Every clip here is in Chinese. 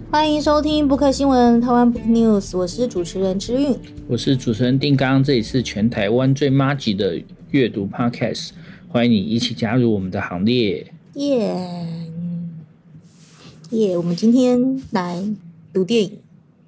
欢迎收听 Book 新闻台湾 Book News， 我是主持人之韵， 我是主持人定刚，这里是全台湾最麻吉的阅读 Podcast， 欢迎你一起加入我们的行列。 我们今天来读电影，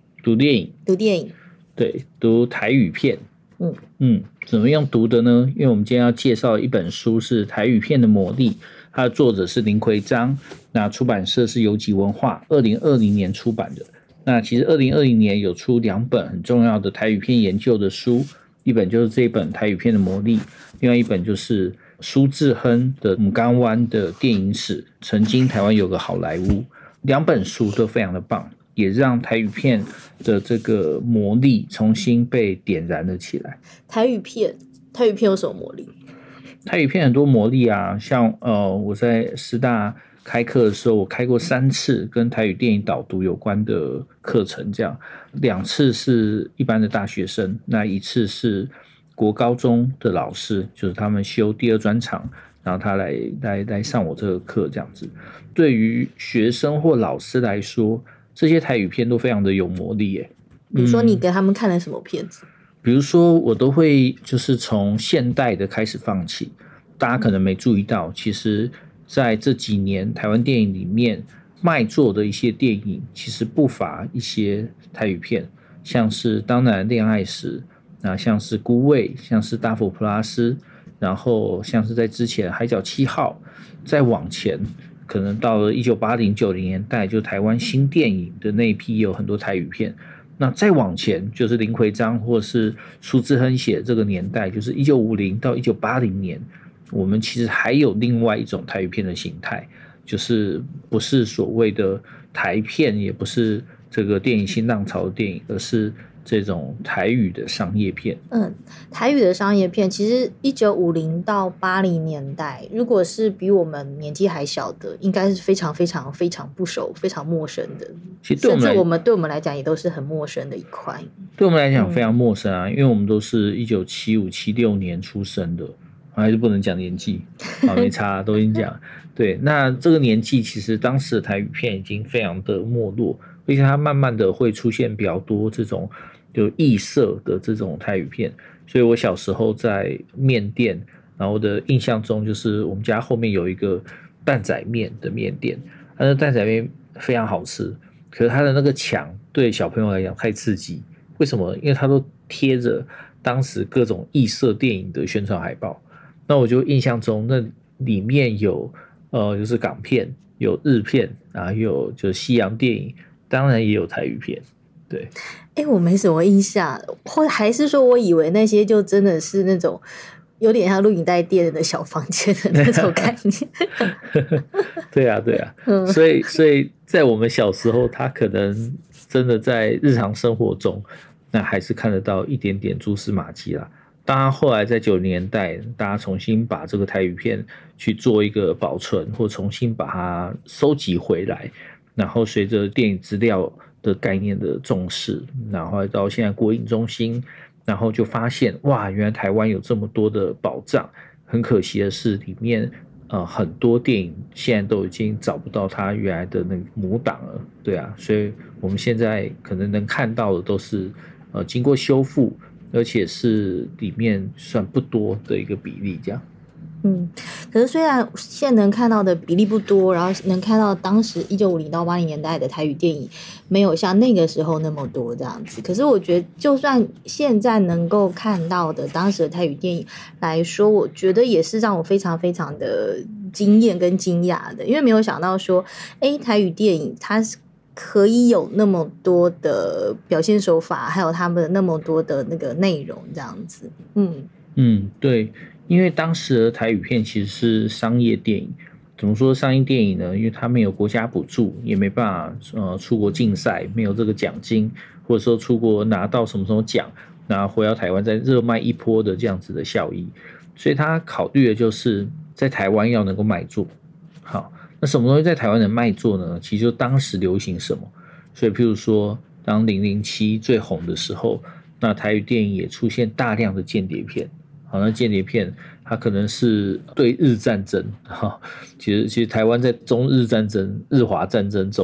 对，读台语片。怎么样读的呢？因为我们今天要介绍一本书是台语片的魔力，它的作者是林奎章，那出版社是游击文化，2020年出版的。那其实2020年有出2本很重要的台语片研究的书，一本就是这一本台语片的魔力，另外一本就是苏致亨的母港湾的电影史，曾经台湾有个好莱坞。2本书都非常的棒，也让台语片的这个魔力重新被点燃了起来。 台语片有什么魔力？ 台语片很多魔力啊，像我在师大开课的时候，我开过3次跟台语电影导读有关的课程，这样2次是一般的大学生，那1次是国高中的老师，就是他们修第2专长，然后他来上我这个课这样子。对于学生或老师来说，这些台语片都非常的有魔力耶。 比如说你给他们看了什么片子？ 比如说我都会就是从现代的开始放起，大家可能没注意到，其实在这几年台湾电影里面卖座的一些电影，其实不乏一些台语片，像是当然恋爱时，像是孤味，像是大佛普拉斯，然后像是在之前海角7号，再往前可能到了1980、90年代，就台湾新电影的那一批有很多台语片。那再往前就是林奎章或是苏致亨写这个年代，就是1950到1980年，我们其实还有另外一种台语片的形态，就是不是所谓的台片，也不是这个电影新浪潮的电影，而是这种台语的商业片。 台语的商业片其实1950到80年代，如果是比我们年纪还小的，应该是非常非常非常不熟、非常陌生的。 其实对我们来讲也都是很陌生的一块。 对我们来讲非常陌生啊，因为我们都是1975、76年出生的，还是不能讲年纪，没差，都已经讲。对，那这个年纪其实当时的台语片已经非常的没落，而且它慢慢的会出现比较多这种就异色的这种台语片，所以我小时候在面店，然后我的印象中就是我们家后面有一个担仔面的面店，它的担仔面非常好吃，可是它的那个墙对小朋友来讲太刺激，为什么？因为它都贴着当时各种异色电影的宣传海报，那我就印象中那里面有就是港片，有日片，然后有就是西洋电影，当然也有台语片。对， 我没什么印象，或还是说我以为那些就真的是那种有点像录影带店的小房间的那种概念。 对啊，所以在我们小时候，他可能真的在日常生活中，那还是看得到一点点蛛丝马迹啦。当然后来在90年代，大家重新把这个台语片去做一个保存，或重新把它收集回来，然后随着电影资料的概念的重视，然后到现在国影中心，然后就发现哇，原来台湾有这么多的宝藏。很可惜的是，里面很多电影现在都已经找不到它原来的那个母档了。对啊，所以我们现在可能能看到的都是经过修复，而且是里面算不多的一个比例这样。 可是虽然现在能看到的比例不多，然后能看到当时1950到80年代的台语电影没有像那个时候那么多这样子，可是我觉得就算现在能够看到的当时的台语电影来说，我觉得也是让我非常非常的惊艳跟惊讶的，因为没有想到说台语电影它是可以有那么多的表现手法，还有他们的那么多的那个内容这样子。 对，因为当时的台语片其实是商业电影。怎么说商业电影呢？因为它没有国家补助，也没办法出国竞赛，没有这个奖金，或者说出国拿到什么奖，然后回到台湾再热卖一波的这样子的效益，所以他考虑的就是在台湾要能够卖座。好，那什么东西在台湾能卖座呢？其实就当时流行什么。所以譬如说当007最红的时候，那台语电影也出现大量的间谍片。好，那间谍片它可能是对日战争，其实台湾在中日战争、日华战争中，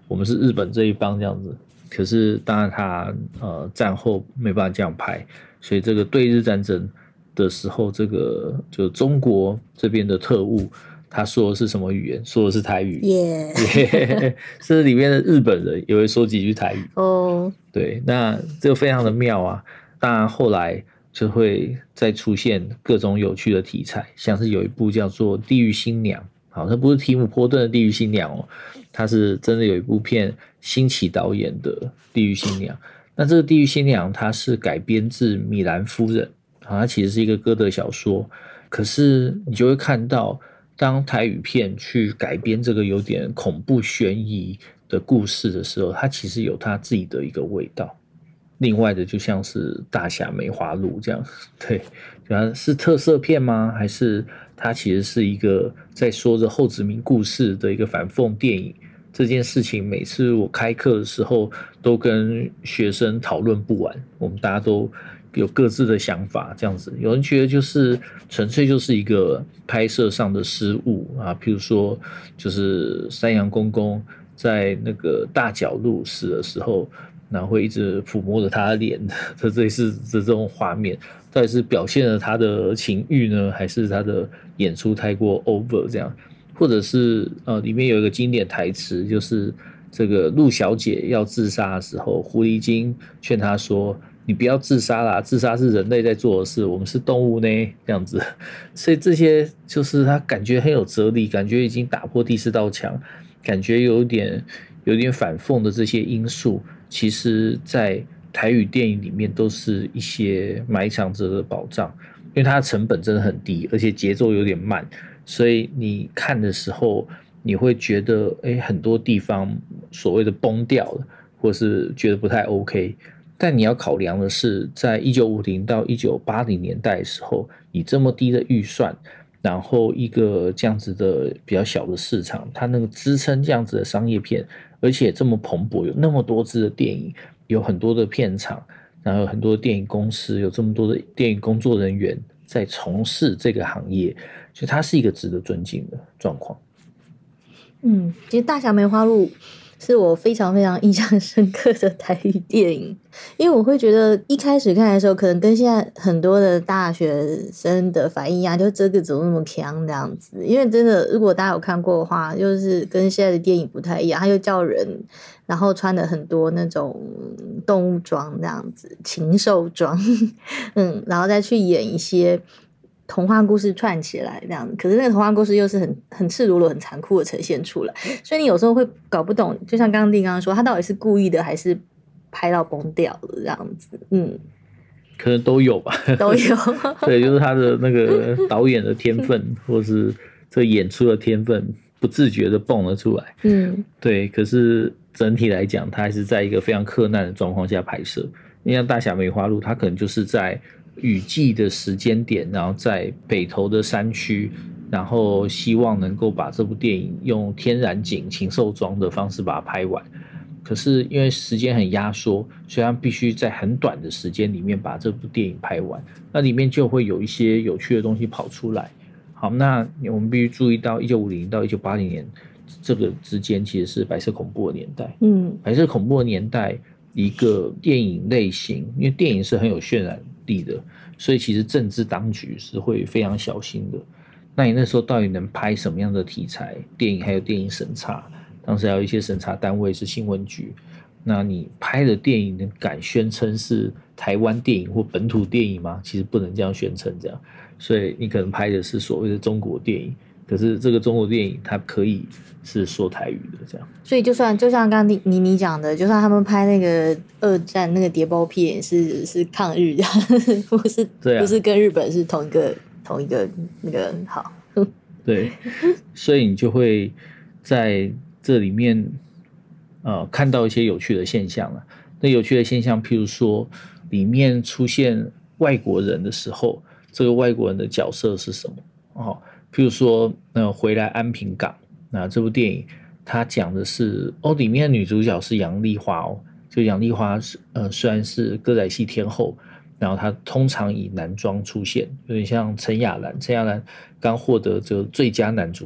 我们是日本这一方这样子。可是当然他战后没办法这样拍，所以这个对日战争的时候，这个就中国这边的特务他说的是什么语言？说的是台语，甚至里面的日本人也会说几句台语。对，那这个非常的妙啊。当然后来就会再出现各种有趣的题材，像是有一部叫做《地狱新娘》，好，它不是提姆波顿的《地狱新娘》哦，它是真的有一部片，新奇导演的《地狱新娘》。那这个《地狱新娘》它是改编自米兰夫人，它其实是一个歌德小说，可是你就会看到，当台语片去改编这个有点恐怖悬疑的故事的时候，它其实有它自己的一个味道。另外的就像是大侠梅花鹿这样，对，它是特色片吗？还是它其实是一个在说着后殖民故事的一个反讽电影？这件事情每次我开课的时候都跟学生讨论不完，我们大家都有各自的想法这样子。有人觉得就是纯粹就是一个拍摄上的失误啊，譬如说就是山羊公公在那个大角鹿死的时候，然后会一直抚摸着他的脸的类似的这种画面，到底是表现了他的情欲呢，还是他的演出太过 over 这样？或者是里面有一个经典台词，就是这个陆小姐要自杀的时候，狐狸精劝她说：“你不要自杀啦，自杀是人类在做的事，我们是动物呢。”这样子，所以这些就是他感觉很有哲理，感觉已经打破第四道墙，感觉有点反讽的这些因素，其实在台语电影里面都是一些埋藏着的宝藏，因为它的成本真的很低，而且节奏有点慢。所以你看的时候，你会觉得，很多地方所谓的崩掉了，或是觉得不太 OK。但你要考量的是，在1950到1980年代的时候，你这么低的预算，然后一个这样子的比较小的市场，它能支撑这样子的商业片，而且这么蓬勃，有那么多支的电影，有很多的片场，然后有很多电影公司，有这么多的电影工作人员在从事这个行业。所以它是一个值得尊敬的状况。 其实《大侠梅花鹿》是我非常非常印象深刻的台语电影，因为我会觉得一开始看的时候，可能跟现在很多的大学生的反应一样，就这个怎么那么强这样子。因为真的，如果大家有看过的话，就是跟现在的电影不太一样，他就叫人，然后穿的很多那种动物装这样子，禽兽装，然后再去演一些童话故事串起来这样子，可是那个童话故事又是很赤裸裸、很残酷的呈现出来，所以你有时候会搞不懂，就像刚刚说，他到底是故意的还是拍到崩掉了这样子。 可能都有吧， 都有。 对，就是他的那个导演的天分，或是这演出的天分，不自觉的蹦了出来。对。可是整体来讲，他还是在一个非常克难的状况下拍摄。你像《大侠梅花鹿》，他可能就是在雨季的时间点，然后在北投的山区，然后希望能够把这部电影用天然景、禽兽装的方式把它拍完。可是因为时间很压缩，所以他必须在很短的时间里面把这部电影拍完。那里面就会有一些有趣的东西跑出来。好，那我们必须注意到1950到1980年这个之间其实是白色恐怖的年代。白色恐怖的年代，一个电影类型，因为电影是很有渲染力的，所以其实政治当局是会非常小心的。那你那时候到底能拍什么样的题材？电影还有电影审查，当时还有一些审查单位是新闻局。那你拍的电影能敢宣称是台湾电影或本土电影吗？其实不能这样宣称这样，所以你可能拍的是所谓的中国电影，可是这个中国电影它可以是说台语的这样。 所以就像刚刚你讲的，就算他们拍那个二战那个谍报片是抗日的，不是跟日本是同一个那个好。 对，所以你就会在这里面看到一些有趣的现象了。那有趣的现象，譬如说里面出现外国人的时候，这个外国人的角色是什么？譬如说回来安平港，那这部电影它讲的是里面的女主角是杨丽花就杨丽花虽然是歌仔戏天后，然后她通常以男装出现，有点像陈亚兰刚获得这个最佳男主角，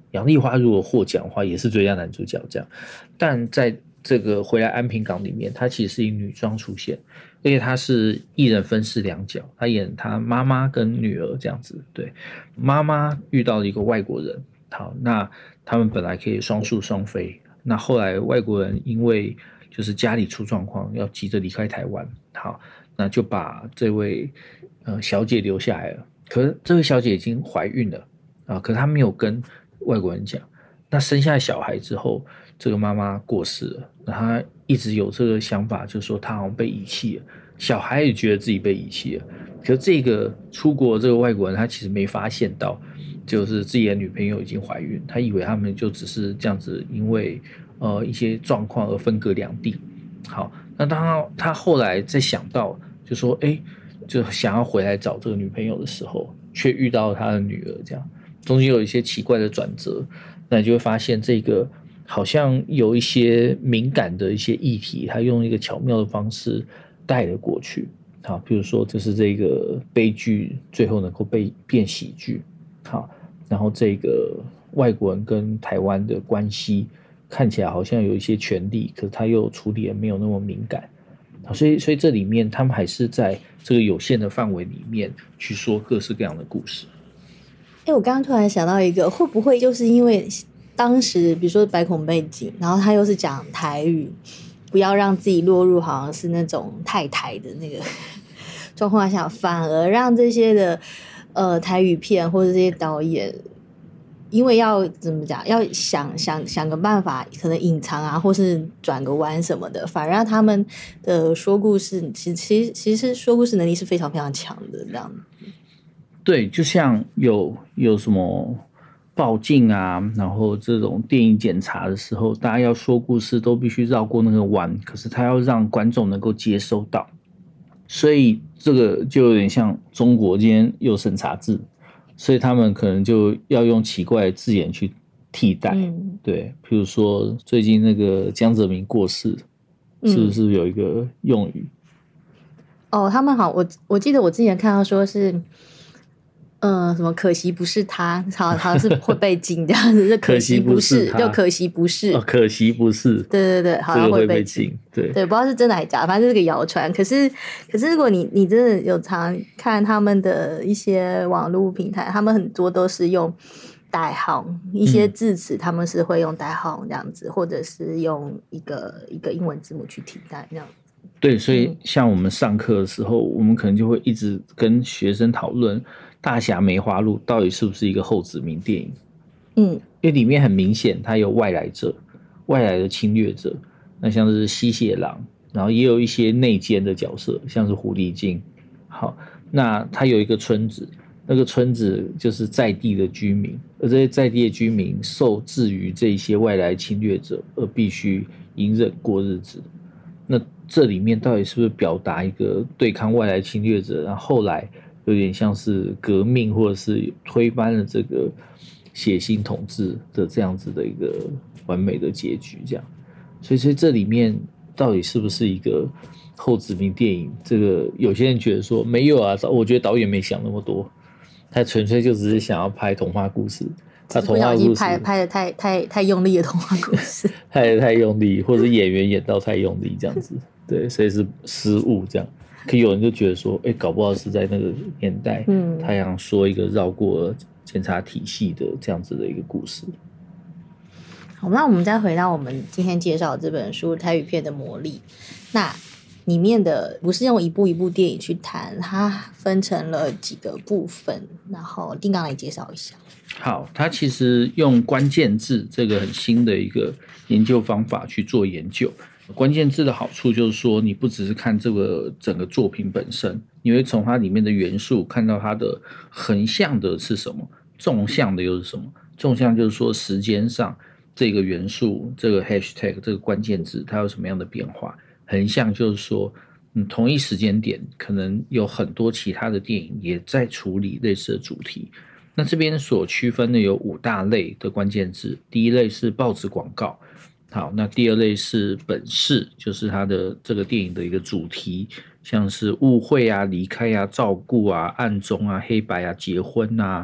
杨丽花如果获奖的话，也是最佳男主角这样。但在这个回来安平港里面，她其实是以女装出现，而且她是一人分饰两角，她演她妈妈跟女儿这样子。对，妈妈遇到了一个外国人，好，那他们本来可以双宿双飞，那后来外国人因为就是家里出状况，要急着离开台湾，好，那就把这位小姐留下来了。可是这位小姐已经怀孕了啊，可是她没有跟外国人讲。那生下小孩之后，这个妈妈过世了，那她一直有这个想法，就是说她好像被遗弃了。小孩也觉得自己被遗弃了，可是这个出国这个外国人，他其实没发现到，就是自己的女朋友已经怀孕，他以为他们就只是这样子，因为一些状况而分隔两地。好，那当他后来再想到，就说就想要回来找这个女朋友的时候，却遇到他的女儿，这样中间有一些奇怪的转折，那你就会发现这个好像有一些敏感的一些议题，他用一个巧妙的方式带了过去。好，比如说就是这个悲剧最后能够变喜剧。好，然后这个外国人跟台湾的关系看起来好像有一些权利，可是他又处理的没有那么敏感。所以这里面他们还是在这个有限的范围里面去说各式各样的故事。 我刚刚突然想到一个，会不会就是因为当时比如说百孔背景，然后他又是讲台语，不要让自己落入好像是那种太台的那个状况下，反而让这些的台语片或者这些导演，因为要怎么讲，要想个办法，可能隐藏啊，或是转个弯什么的，反而让他们的说故事，其实说故事能力是非常非常强的，这样。 对，就像有什么报禁啊，然后这种电影检查的时候，大家要说故事都必须绕过那个弯，可是他要让观众能够接收到，所以这个就有点像中国今天有审查制，所以他们可能就要用奇怪的字眼去替代。对，譬如说最近那个江泽民过世，是不是有一个用语？ 他们好，我记得我之前看到说是。什么可惜不是他，好像是会被禁这样子，就可惜不是，就可惜不是， 可惜不是， 对，好像会被禁， 对， 不知道是真的还是假的，反正就是个谣传。可是如果你真的有常看他们的一些网络平台，他们很多都是用代号，一些字词他们是会用代号这样子，或者是用一个英文字母去替代这样子。 对，所以像我们上课的时候，我们可能就会一直跟学生讨论《大侠梅花鹿》到底是不是一个后殖民电影。因为里面很明显它有外来者，外来的侵略者，那像是吸血狼，然后也有一些内奸的角色，像是狐狸精。好，那它有一个村子，那个村子就是在地的居民，而这些在地的居民受制于这些外来侵略者，而必须隐忍过日子。那这里面到底是不是表达一个对抗外来侵略者，然后后来有点像是革命，或者是推翻了这个血腥统治的这样子的一个完美的结局，这样。所以这里面到底是不是一个后殖民电影？这个有些人觉得说没有啊，我觉得导演没想那么多，他纯粹就只是想要拍童话故事。他童话故事拍的太用力的童话故事， 太用力，或者演员演到太用力这样子，对，所以是失误这样。可有人就觉得说，搞不好是在那个年代，他想说一个绕过检察体系的这样子的一个故事。 好，那我们再回到我们今天介绍的这本书《台语片的魔力》，那里面的不是用一部一部电影去谈，它分成了几个部分，然后定刚来介绍一下。 好，它其实用关键字这个很新的一个研究方法去做研究。关键字的好处就是说，你不只是看这个整个作品本身，你会从它里面的元素看到它的横向的是什么，纵向的又是什么。纵向就是说时间上这个元素，这个 hashtag 这个关键字它有什么样的变化。横向就是说同一时间点可能有很多其他的电影也在处理类似的主题。那这边所区分的有5大类的关键字，第一类是报纸广告，好，那第二类是本事，就是它的这个电影的一个主题，像是误会啊、离开啊、照顾啊、暗中啊、黑白啊、结婚啊，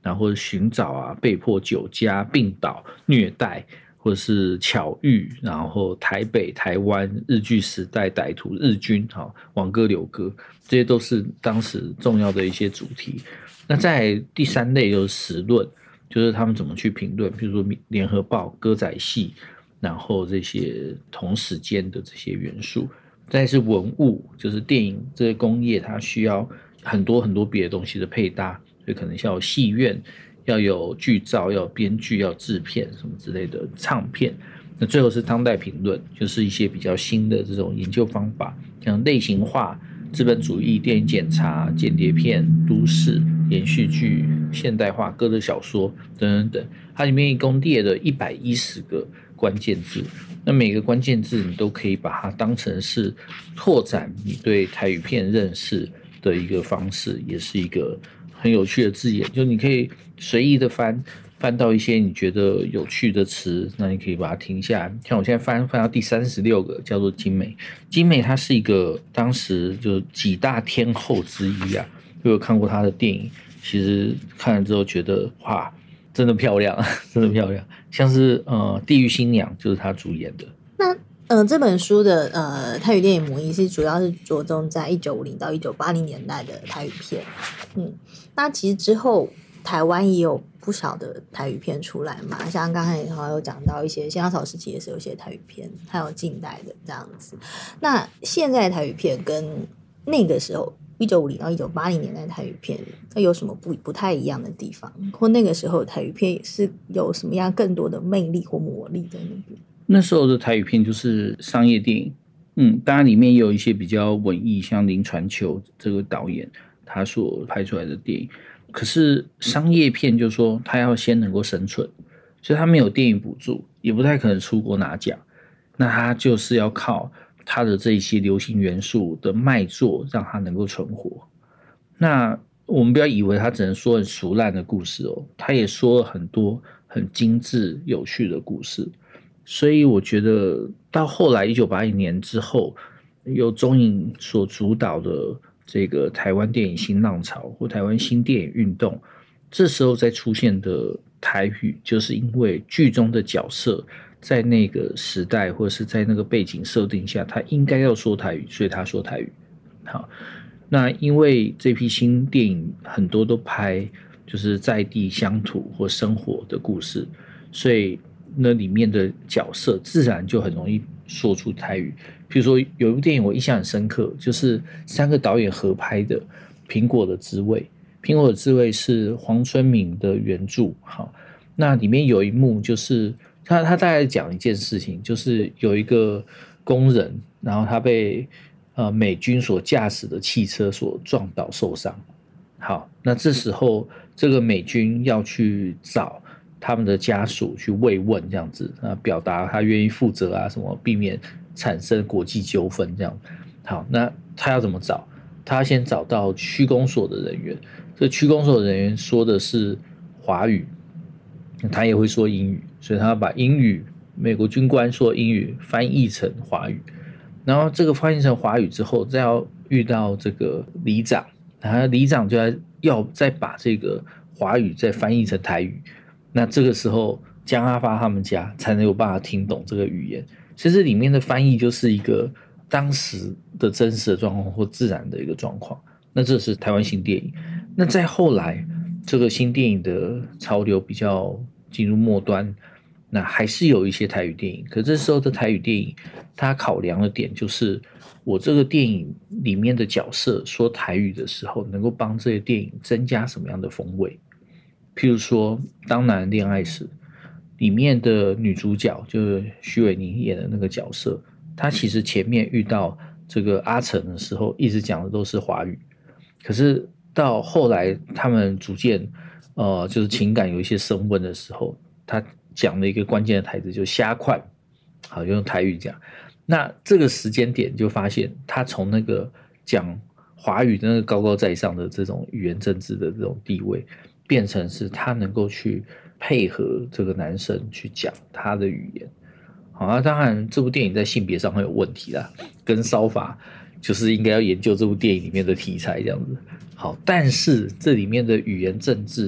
然后寻找啊、被迫酒家、病倒、虐待，或者是巧遇，然后台北、台湾、日据时代歹徒、日军、王哥、柳哥，这些都是当时重要的一些主题。那在第三类就是时论，就是他们怎么去评论，比如说联合报、歌仔戏，然后这些同时间的这些元素。再是文物，就是电影这个工业，它需要很多很多别的东西的配搭，所以可能要有戏院，要有剧照，要有编剧，要有制片什么之类的唱片。那最后是当代评论，就是一些比较新的这种研究方法，像类型化、资本主义、电影检查、间谍片、都市、连续剧、现代化、歌德小说等等等。它里面一共列了110个关键字，那每个关键字你都可以把它当成是拓展你对台语片认识的一个方式，也是一个很有趣的字眼。就你可以随意的翻到一些你觉得有趣的词，那你可以把它停下来。像我现在翻到第36个，叫做金美。金美它是一个当时就几大天后之一啊，我有看过她的电影，其实看了之后觉得哇，真的漂亮，真的漂亮。像是地狱新娘就是她主演的。 那这本书的台语电影母仪是主要是着重在1950到1980年代的台语片。那其实之后台湾也有不少的台语片出来嘛，像刚才好像有讲到一些新浪潮时期也是有一些台语片，还有近代的这样子。那现在的台语片跟那个时候1950到1980年代的台语片有什么不太一样的地方，或那个时候的台语片是有什么样更多的魅力或魔力在那边？ 那时候的台语片就是商业电影，当然里面也有一些比较文艺，像林传球这个导演他所拍出来的电影。可是商业片就是说他要先能够生存，所以他没有电影补助，也不太可能出国拿奖，那他就是要靠他的这些流行元素的卖座让他能够存活。那我们不要以为他只能说很俗烂的故事哦，他也说了很多很精致有趣的故事。所以我觉得到后来1980年之后，由中影所主导的这个台湾电影新浪潮或台湾新电影运动，这时候再出现的台语，就是因为剧中的角色在那个时代或者是在那个背景设定下，他应该要说台语，所以他说台语。好，那因为这批新电影很多都拍就是在地乡土或生活的故事，所以那里面的角色自然就很容易说出台语。比如说有一部电影我印象很深刻，就是3个导演合拍的《苹果的滋味》。《苹果的滋味》是黄春明的原著。好，那里面有一幕就是他大概讲一件事情，就是有一个工人，然后他被美军所驾驶的汽车所撞倒受伤。好，那这时候这个美军要去找他们的家属去慰问，这样子表达他愿意负责啊，什么避免产生国际纠纷这样。好，那他要怎么找？他要先找到区公所的人员，这区公所的人员说的是华语，他也会说英语，所以他要把英语美国军官说英语翻译成华语，然后这个翻译成华语之后，再要遇到这个里长，然后里长就要再把这个华语再翻译成台语，那这个时候江阿发他们家才能有办法听懂这个语言。其实里面的翻译就是一个当时的真实的状况或自然的一个状况。那这是台湾新电影。那再后来这个新电影的潮流比较进入末端，那还是有一些台语电影，可这时候的台语电影它考量的点就是我这个电影里面的角色说台语的时候能够帮这个电影增加什么样的风味。譬如说当男人恋爱时里面的女主角就是徐伟宁演的那个角色，她其实前面遇到这个阿成的时候一直讲的都是华语，可是到后来他们逐渐就是情感有一些升温的时候，他讲了一个关键的台词，就虾款，好，就用台语讲。那这个时间点就发现他从那个讲华语的那个高高在上的这种语言政治的这种地位，变成是他能够去配合这个男生去讲他的语言。好，那当然这部电影在性别上会有问题啦，跟烧法就是应该要研究这部电影里面的题材这样子。好，但是这里面的语言政治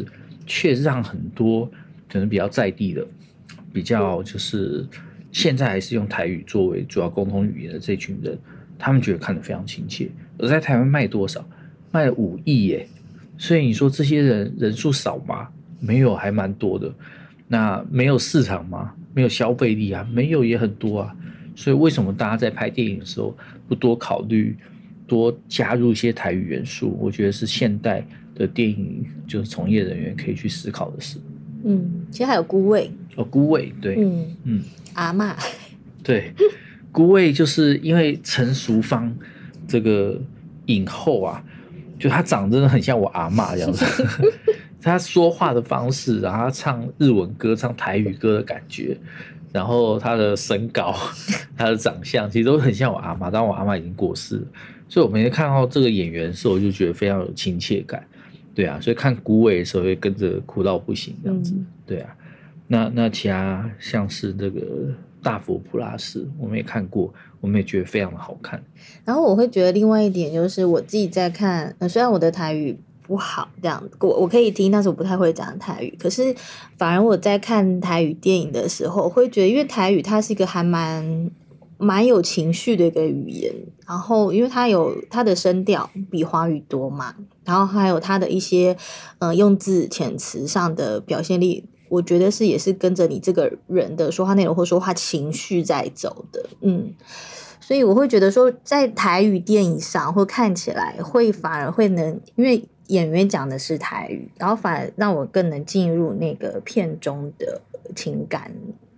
却让很多可能比较在地的，比较就是现在还是用台语作为主要沟通语言的这群人，他们觉得看得非常亲切。而在台湾卖多少？卖了5亿耶！所以你说这些人数少吗？没有，还蛮多的。那没有市场吗？没有消费力啊？没有，也很多啊。所以为什么大家在拍电影的时候不多考虑，多加入一些台语元素？我觉得是现代的电影就是从业人员可以去思考的事。 其实还有孤味孤味，对， 阿嬷， 对，孤味就是因为陈淑芳这个影后啊，就她长得真的很像我阿嬷这样子，她说话的方式，然后她唱日文歌、唱台语歌的感觉，然后她的身高、她的长相，其实都很像我阿嬷，但我阿嬷已经过世了，所以我每次看到这个演员的时候，我就觉得非常有亲切感。对啊，所以看孤味的时候会跟着哭到不行这样子。对啊，那其他像是这个大佛普拉斯，我们也看过，我们也觉得非常的好看。 然后我会觉得另外一点就是我自己在看，虽然我的台语不好，这样我可以听，但是我不太会讲台语。可是反而我在看台语电影的时候，会觉得，因为台语它是一个还蛮有情绪的一个语言，然后因为它有它的声调比华语多嘛，然后还有它的一些用字遣词上的表现力，我觉得也是跟着你这个人的说话内容或说话情绪在走的，所以我会觉得说，在台语电影上或看起来反而会能，因为演员讲的是台语，然后反而让我更能进入那个片中的情感，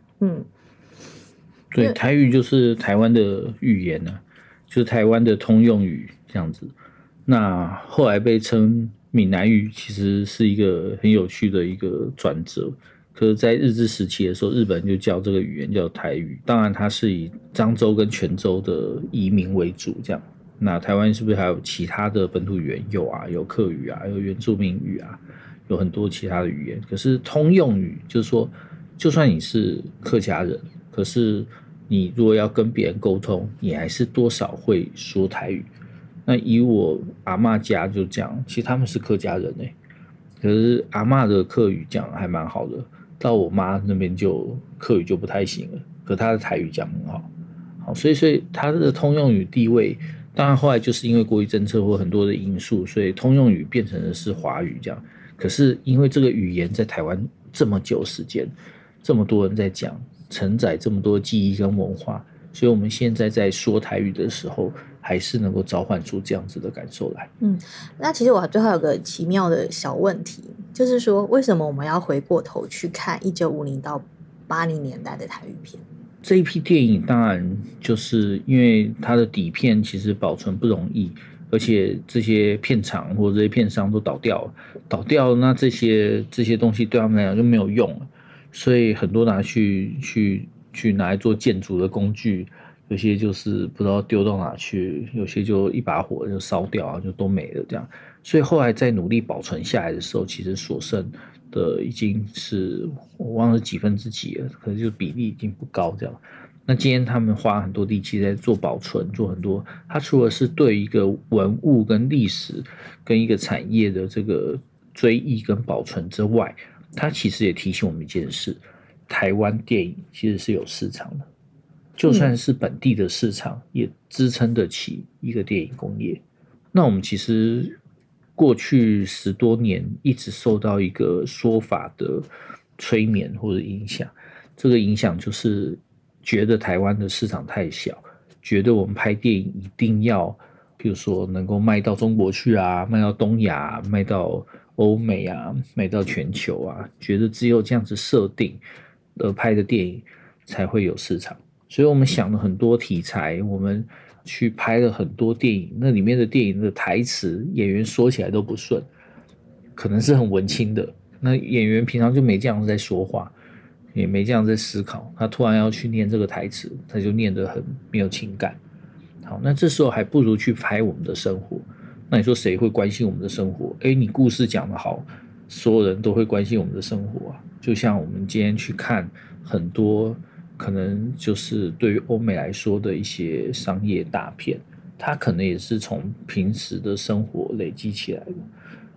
对，台语就是台湾的语言啊，就是台湾的通用语这样子。那后来被称闽南语，其实是一个很有趣的一个转折。可是，在日治时期的时候，日本就叫这个语言叫台语。当然，它是以漳州跟泉州的移民为主，这样。那台湾是不是还有其他的本土语言？有啊，有客语啊，有原住民语啊，有很多其他的语言。可是通用语就是说，就算你是客家人，可是你如果要跟别人沟通，你还是多少会说台语。那以我阿嬷家就讲，其实他们是客家人可是阿嬷的客语讲还蛮好的，到我妈那边就客语就不太行了，可她的台语讲很好，所以她的通用语地位，当然后来就是因为国语政策或很多的因素，所以通用语变成的是华语这样。可是因为这个语言在台湾这么久时间，这么多人在讲，承载这么多记忆跟文化，所以我们现在在说台语的时候，还是能够召唤出这样子的感受来。 那其实我最后有个奇妙的小问题，就是说为什么我们要回过头去看1950到80年代的台语片？ 这一批电影当然就是因为它的底片其实保存不容易，而且这些片厂或者这些片商都倒掉了，那这些东西对他们来讲就没有用了，所以很多拿去拿来做建筑的工具，有些就是不知道丢到哪去，有些就一把火就烧掉啊，就都没了这样。所以后来在努力保存下来的时候，其实所剩的已经是我忘了几分之几了，可能就比例已经不高这样。那今天他们花很多力气在做保存，做很多，它除了是对一个文物跟历史跟一个产业的这个追忆跟保存之外，它其实也提醒我们一件事：台湾电影其实是有市场的，就算是本地的市场，也支撑得起一个电影工业。那我们其实过去10多年一直受到一个说法的催眠或者影响，这个影响就是觉得台湾的市场太小，觉得我们拍电影一定要比如说能够卖到中国去啊，卖到东亚，卖到欧美啊，卖到全球啊，觉得只有这样子设定而拍的电影才会有市场。所以我们想了很多题材，我们去拍了很多电影，那里面的电影的台词演员说起来都不顺，可能是很文青的，那演员平常就没这样在说话，也没这样在思考，他突然要去念这个台词，他就念得很没有情感。好，那这时候还不如去拍我们的生活。那你说谁会关心我们的生活？你故事讲得好，所有人都会关心我们的生活啊。就像我们今天去看很多可能就是对于欧美来说的一些商业大片，它可能也是从平时的生活累积起来的。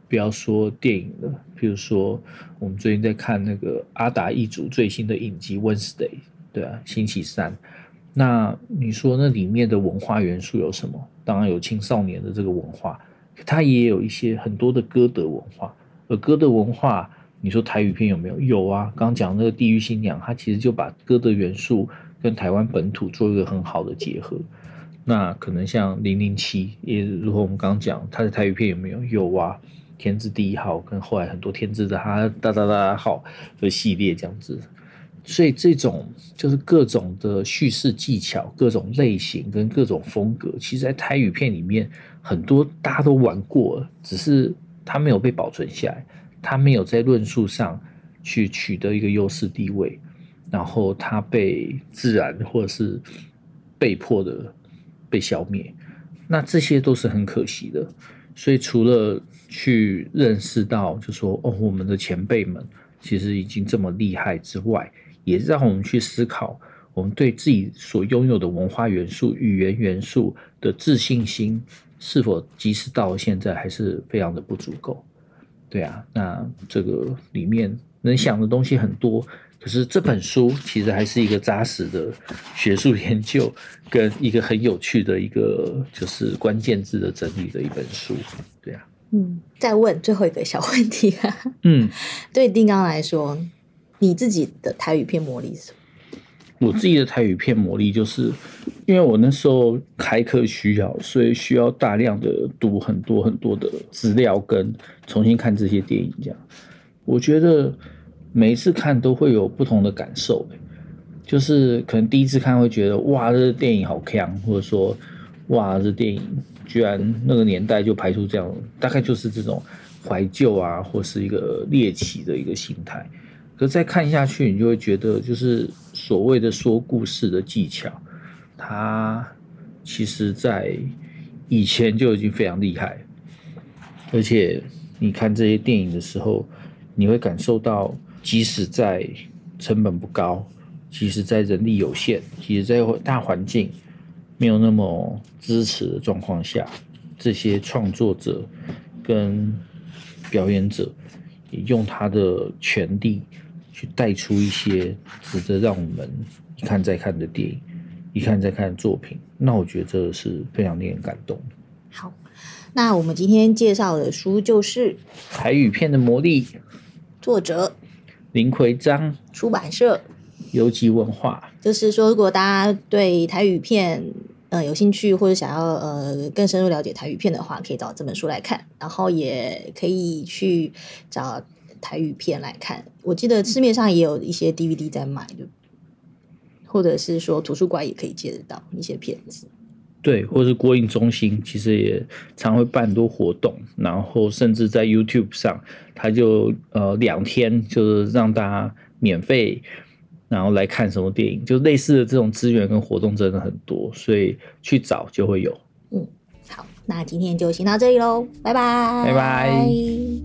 不要说电影了，比如说我们最近在看那个阿达一族最新的影集 Wednesday， 对啊，星期三。那你说那里面的文化元素有什么？当然有青少年的这个文化，它也有一些很多的歌德文化。而歌德文化，你说台语片有没有？有啊，刚讲那个《地狱新娘》，它其实就把歌德元素跟台湾本土做一个很好的结合。那可能像007，也如果我们刚刚讲它的台语片有没有？有啊，天字第一号跟后来很多天字的它哒哒哒号的系列这样子。所以这种就是各种的叙事技巧、各种类型跟各种风格，其实在台语片里面很多大家都玩过了，只是它没有被保存下来，它没有在论述上去取得一个优势地位，然后它被自然或者是被迫的被消灭，那这些都是很可惜的。所以除了去认识到就说我们的前辈们其实已经这么厉害之外，也让我们去思考我们对自己所拥有的文化元素、语言元素的自信心是否即使到现在还是非常的不足够。对啊，那这个里面能想的东西很多，可是这本书其实还是一个扎实的学术研究跟一个很有趣的一个就是关键字的整理的一本书。对啊， 再问最后一个小问题啊，对丁刚来说，你自己的台语片魔力是什么？ 我自己的台语片魔力就是因为我那时候开课需要，所以需要大量的读很多很多的资料跟重新看这些电影这样。我觉得每一次看都会有不同的感受，就是可能第一次看会觉得哇这电影好强，或者说哇这电影居然那个年代就拍出这样，大概就是这种怀旧啊或是一个猎奇的一个心态。可是再看下去你就会觉得就是所谓的说故事的技巧，它其实在以前就已经非常厉害，而且你看这些电影的时候你会感受到即使在成本不高，即使在人力有限，即使在大环境没有那么支持的状况下，这些创作者跟表演者也用他的权力去带出一些值得让我们一看再看的电影，一看再看的作品，那我觉得这是非常令人感动。 好，那我们今天介绍的书就是台语片的魔力， 作者林奎章， 出版社游击文化。 就是说如果大家对台语片有兴趣，或者想要更深入了解台语片的话，可以找这本书来看，然后也可以去找台语片来看。我记得市面上也有一些 DVD 在卖，或者是说图书馆也可以借得到一些片子。 对，或是国影中心其实也常会办很多活动，然后甚至在 YouTube 上他就2天就是让大家免费然后来看什么电影，就类似的这种资源跟活动真的很多，所以去找就会有。 好，那今天就先到这里咯，拜拜。 拜拜。